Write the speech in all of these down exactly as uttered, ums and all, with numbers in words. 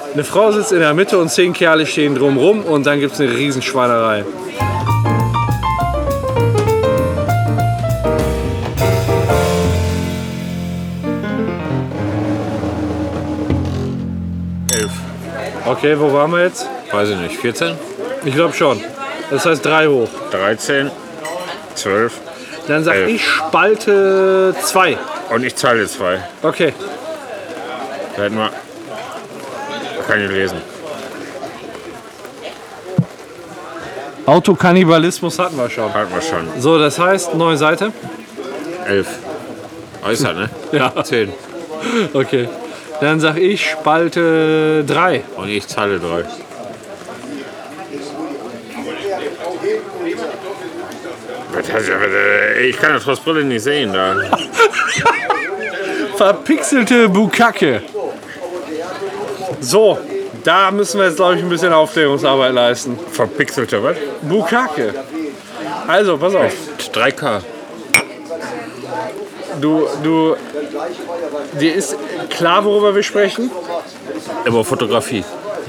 Eine Frau sitzt in der Mitte und zehn Kerle stehen drumrum und dann gibt es eine Riesenschweinerei. elf. Okay, wo waren wir jetzt? Weiß ich nicht. vierzehn? Ich glaube schon. Das heißt drei hoch. dreizehn. zwölf. Dann sag elf. ich Spalte zwei. Und ich zahle zwei. Okay. Da hätten wir. Kann ich lesen. Autokannibalismus hatten wir schon. Hatten wir schon. So, das heißt, neue Seite. elf. Äußer, ne? Ja. zehn. Okay. Dann sag ich Spalte drei. Und ich zahle drei. Ich kann das trotz Brille nicht sehen da. Verpixelte Bukake. So, da müssen wir jetzt, glaube ich, ein bisschen Aufklärungsarbeit leisten. Verpixelte was? Bukake. Also, pass auf. drei K. Du, du, dir ist klar, worüber wir sprechen? Über Fotografie.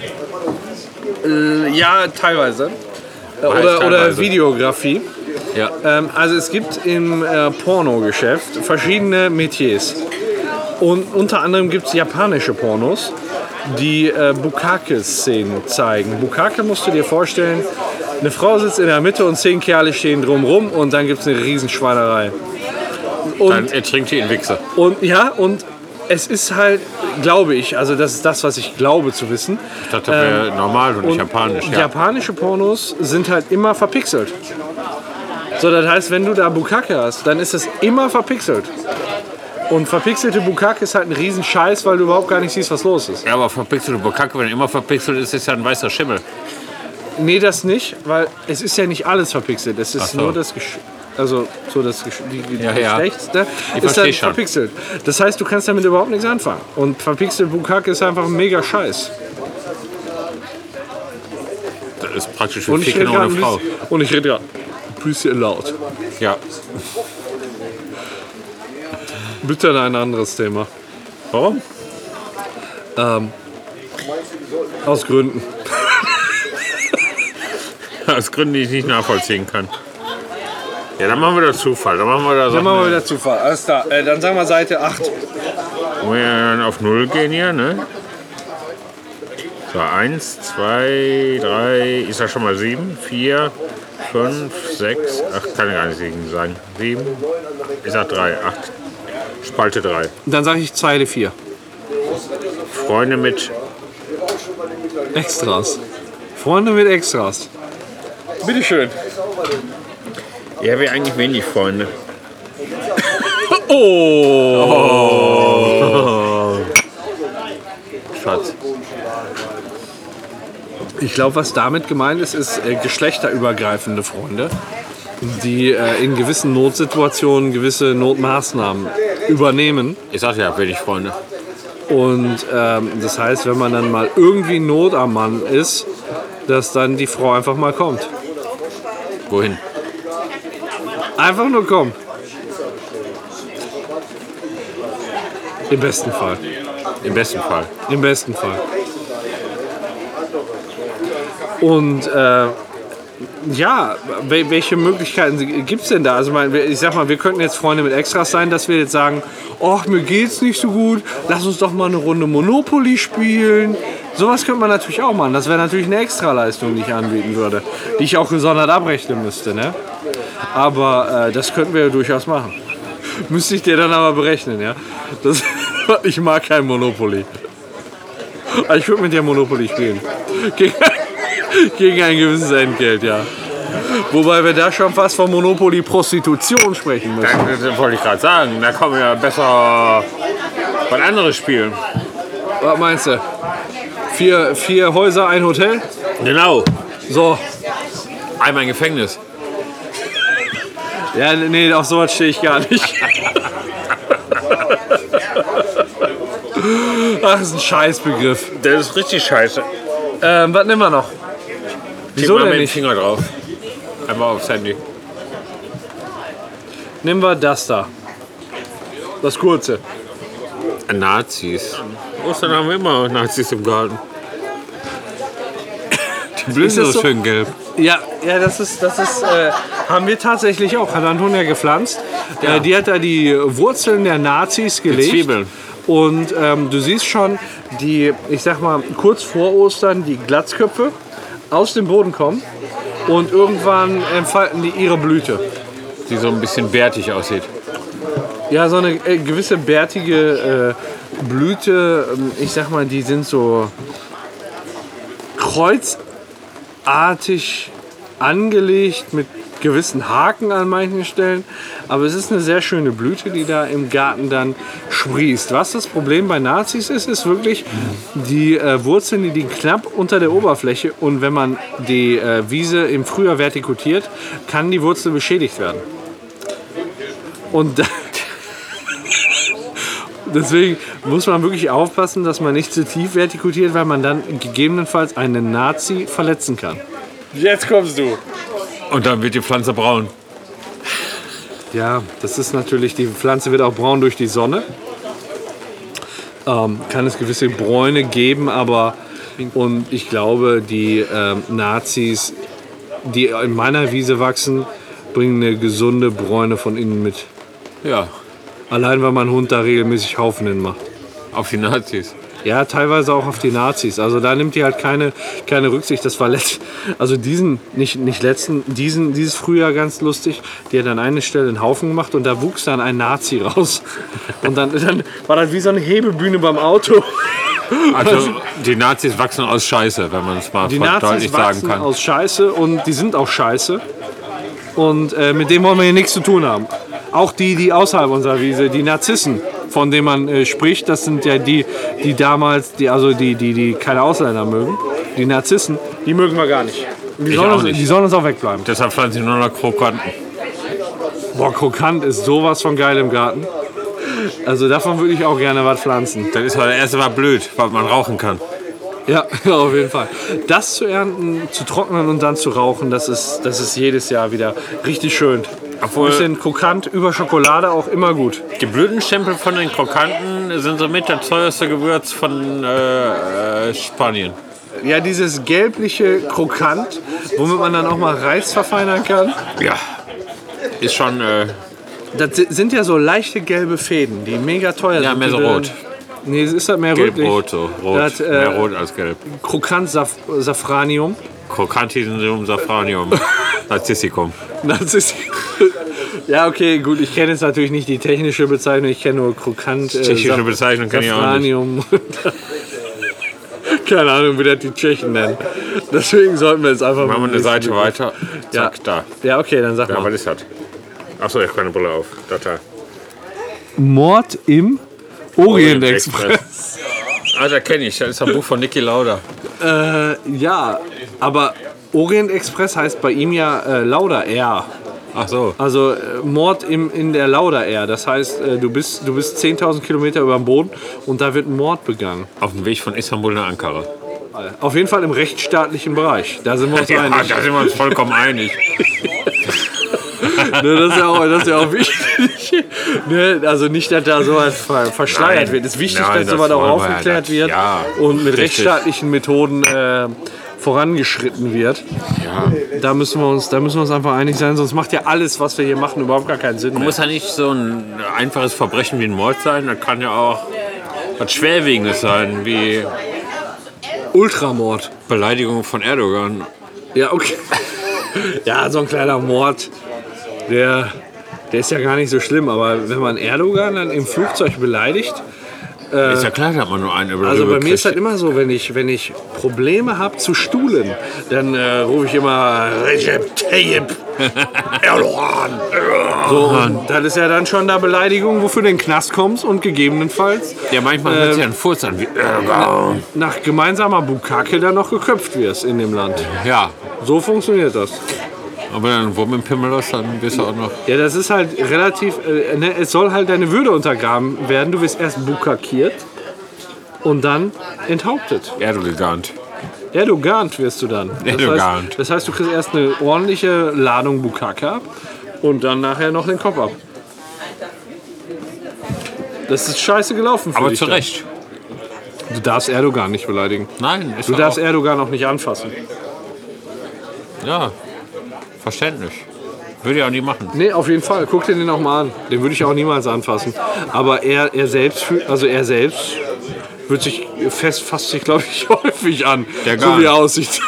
Äh, ja, teilweise. Äh, heißt Oder, oder teilweise? Videografie. Ja. Ähm, also es gibt im äh, Pornogeschäft verschiedene Metiers. Und unter anderem gibt es japanische Pornos, die äh, Bukake-Szenen zeigen. Bukake musst du dir vorstellen, eine Frau sitzt in der Mitte und zehn Kerle stehen drumrum und dann gibt es eine Riesenschweinerei. Und, Dann ertrinkt die in Wichse. und ja, und es ist halt, glaube ich, also das ist das, was ich glaube zu wissen. Ich dachte, das wäre normal und nicht japanisch. Ja. Japanische Pornos sind halt immer verpixelt. So, das heißt, wenn du da Bukake hast, dann ist es immer verpixelt. Und verpixelte Bukake ist halt ein Riesenscheiß, weil du überhaupt gar nicht siehst, was los ist. Ja, aber verpixelte Bukake, wenn immer verpixelt ist, ist ja ein weißer Schimmel. Nee, das nicht, weil es ist ja nicht alles verpixelt. Es ist Ach so. nur das Gesch also so das Gesch die, die Ja, ja. Geschlechts, ne, Ich ist versteh dann schon. verpixelt. Das heißt, du kannst damit überhaupt nichts anfangen. Und verpixelte Bukake ist einfach ein mega Scheiß. Das ist praktisch wie Und ich Ficken rede ohne gerade ein Frau. bisschen, und ich rede gerade ein bisschen laut. Ja. Bitte ein anderes Thema. Warum? Ähm, aus Gründen. Aus Gründen, die ich nicht nachvollziehen kann. Ja, dann machen wir das Zufall. Dann machen wir das Dann machen wir wieder Zufall. Alles klar. Äh, dann sagen wir Seite acht. Wollen wir dann auf null gehen hier, ne? So, eins, zwei, drei, ist das schon mal sieben? vier, fünf, sechs, ach, kann gar nicht sieben sein. sieben, ich sag drei, acht. Spalte drei. Dann sage ich Zeile vier. Freunde mit Extras. Freunde mit Extras. Bitteschön. Ich habe ja eigentlich wenig Freunde. Oh. Schatz. Ich glaube, was damit gemeint ist, ist äh, geschlechterübergreifende Freunde, die äh, in gewissen Notsituationen gewisse Notmaßnahmen übernehmen. Ich sag ja, wenig Freunde. Und ähm, das heißt, wenn man dann mal irgendwie Not am Mann ist, dass dann die Frau einfach mal kommt. Wohin? Einfach nur kommen. Im besten Fall. Im besten Fall. Im besten Fall. Und äh, ja, wel- welche Möglichkeiten gibt es denn da? Also mein, ich sag mal, wir könnten jetzt Freunde mit Extras sein, dass wir jetzt sagen, ach, mir geht's nicht so gut, lass uns doch mal eine Runde Monopoly spielen. Sowas könnte man natürlich auch machen. Das wäre natürlich eine Extraleistung, die ich anbieten würde, die ich auch gesondert abrechnen müsste. Ne? Aber äh, das könnten wir ja durchaus machen. Müsste ich dir dann aber berechnen, ja? Das, ich mag kein Monopoly. Aber ich würde mit dir Monopoly spielen. Gegen, gegen ein gewisses Entgelt, ja. Wobei wir da schon fast von Monopoly Prostitution sprechen müssen. Das, das wollte ich gerade sagen. Da kann man ja besser was anderes spielen. Was meinst du? Vier, vier Häuser, ein Hotel? Genau. So. Einmal im Gefängnis. Ja, nee, auf sowas stehe ich gar nicht. Ach, das ist ein Scheißbegriff. Das ist richtig scheiße. Ähm, was nehmen wir noch? Wieso Tipp mal denn mit dem nicht? Finger drauf. Einmal aufs Handy. Nehmen wir das da. Das kurze. Nazis. Ostern haben wir immer Nazis im Garten. Blühen Ist das so so? schön gelb. Ja, ja, das ist, das ist, äh, haben wir tatsächlich auch. Hat Antonia gepflanzt. Ja. Äh, die hat da die Wurzeln der Nazis gelegt. Zwiebeln. Und ähm, du siehst schon, die, ich sag mal, kurz vor Ostern die Glatzköpfe aus dem Boden kommen und irgendwann entfalten die ihre Blüte. Die so ein bisschen bärtig aussieht. Ja, so eine äh, gewisse bärtige äh, Blüte, ähm, ich sag mal, die sind so kreuzartig angelegt mit gewissen Haken an manchen Stellen. Aber es ist eine sehr schöne Blüte, die da im Garten dann sprießt. Was das Problem bei Nazis ist, ist wirklich die äh, Wurzeln, die liegen knapp unter der Oberfläche. Und wenn man die äh, Wiese im Frühjahr vertikutiert, kann die Wurzel beschädigt werden. Und deswegen muss man wirklich aufpassen, dass man nicht zu tief vertikutiert, weil man dann gegebenenfalls einen Nazi verletzen kann. Jetzt kommst du. Und dann wird die Pflanze braun. Ja, das ist natürlich, die Pflanze wird auch braun durch die Sonne. Ähm, kann es gewisse Bräune geben, aber und ich glaube, die ähm, Nazis, die in meiner Wiese wachsen, bringen eine gesunde Bräune von innen mit. Ja, Allein, weil mein Hund da regelmäßig Haufen hinmacht. auf die Nazis. Ja, teilweise auch auf die Nazis. Also da nimmt die halt keine, keine Rücksicht. Das war letzt, also diesen, nicht, nicht letzten, diesen, dieses Frühjahr ganz lustig. Die hat an einer Stelle einen Haufen gemacht und da wuchs dann ein Nazi raus. Und dann, dann war das wie so eine Hebebühne beim Auto. Also die Nazis wachsen aus Scheiße, wenn man es mal Die deutlich Nazis sagen wachsen kann. aus Scheiße und die sind auch Scheiße. Und äh, mit dem wollen wir hier nichts zu tun haben. Auch die, die außerhalb unserer Wiese, die Narzissen, von denen man äh, spricht, das sind ja die, die damals, die, also die, die, die keine Ausländer mögen. Die Narzissen, die mögen wir gar nicht. Die, Ich sollen auch uns, nicht. die sollen uns auch wegbleiben. Deshalb pflanzen sie nur noch Krokanten. Boah, krokant ist sowas von geil im Garten. Also davon würde ich auch gerne was pflanzen. Das ist weil der erste war blöd, weil man rauchen kann. Ja, auf jeden Fall. Das zu ernten, zu trocknen und dann zu rauchen, das ist, das ist jedes Jahr wieder richtig schön. Obwohl- Ein bisschen krokant über Schokolade auch immer gut. Die Blütenstempel von den Krokanten sind somit das teuerste Gewürz von äh, äh, Spanien. Ja, dieses gelbliche Krokant, womit man dann auch mal Reis verfeinern kann. Ja. Ist schon, äh, Das si- sind ja so leichte gelbe Fäden, die mega teuer ja, sind. mehr so Die dann- rot. Nee, es ist halt mehr rötlich. Gelb-rot, so. Rot. Das, äh, mehr rot als gelb. Krokant Saf Safranium. Crocantisum safranium. Narcissicum. Das ist ja, okay, gut. Ich kenne jetzt natürlich nicht die technische Bezeichnung. Ich kenne nur Krokant. Äh, Tschechische Saf- Bezeichnung kenn ich auch nicht. Safranium. Keine Ahnung, wie das die Tschechen nennen. Deswegen sollten wir jetzt einfach Machen wir mal eine Seite weiter. Ja. Zack, da. Ja, okay, dann sag Ja, mal. was ist das? Achso, ich habe keine Brille auf. Da, da. Mord im Orient Express. Ah, da kenne ich. Das ist ein Buch von Niki Lauda. Äh, ja, aber Orient Express heißt bei ihm ja äh, Lauda Air. Ach so. Also äh, Mord im, in der Lauda Air. Das heißt, äh, du bist, du bist zehntausend Kilometer über dem Boden und da wird ein Mord begangen. Auf dem Weg von Istanbul nach Ankara. Auf jeden Fall im rechtsstaatlichen Bereich. Da sind wir uns Ja, einig. da sind wir uns vollkommen einig. Ne, das, ist ja auch, das ist ja auch wichtig. Ne, also nicht, dass da sowas ver verschleiert Nein. wird. Es ist wichtig, Nein, dass sowas das auch wollen wir ja aufgeklärt nicht. wird Ja, und mit richtig. rechtsstaatlichen Methoden äh, vorangeschritten wird. Ja. Da müssen, wir uns, da müssen wir uns einfach einig sein, sonst macht ja alles, was wir hier machen, überhaupt gar keinen Sinn mehr. Muss ja nicht so ein einfaches Verbrechen wie ein Mord sein. Das kann ja auch was Schwerwiegendes sein, wie Ultramord. Beleidigung von Erdogan. Ja, okay. Ja, so ein kleiner Mord, der, der ist ja gar nicht so schlimm. Aber wenn man Erdogan dann im Flugzeug beleidigt, Ist ja klar, dass man nur einen über also bei mir kriegt. ist halt immer so, wenn ich, wenn ich Probleme habe zu stuhlen, dann äh, rufe ich immer Recep Tayyip Erdogan. So, und das ist ja dann schon eine Beleidigung, wofür du in den Knast kommst und gegebenenfalls Ja, manchmal hört sich ein Furz an wie Erdogan. nach gemeinsamer Bukake dann noch geköpft wirst in dem Land. Ja, So funktioniert das. aber dann Wurm im Pimmel hast, dann bist du auch noch... Ja, das ist halt relativ, äh, ne, es soll halt deine Würde untergraben werden. Du wirst erst bukakiert und dann enthauptet. Erdogan. Erdogan wirst du dann. Das Erdogan. heißt, das heißt, du kriegst erst eine ordentliche Ladung Bukake ab und dann nachher noch den Kopf ab. Das ist scheiße gelaufen für Aber dich zu dann. Recht. Du darfst Erdogan nicht beleidigen. Nein, ist Du doch darfst auch, Erdogan auch nicht anfassen. Ja, verständlich. Würde ich auch nie machen. Nee, auf jeden Fall. Guck dir den auch mal an. Den würde ich auch niemals anfassen. Aber er, er selbst, fühlt- also er selbst wird sich fest, fasst sich, glaube ich, häufig an. Der so Garn. wie er aussieht.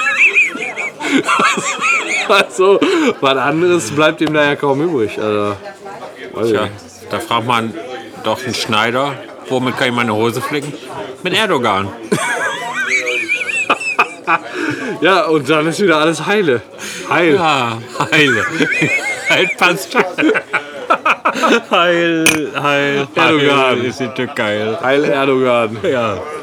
Also, was anderes bleibt ihm da ja kaum übrig. Also, weiß ich Tja, nicht. da fragt man doch einen Schneider, womit kann ich meine Hose flicken? Mit Erdogan. Ja, und dann ist wieder alles heile. Heil. Ja, heil. Heil passt schon. Heil, heil, Erdogan. Heil ist die Türkei. Heil Erdogan. Ja.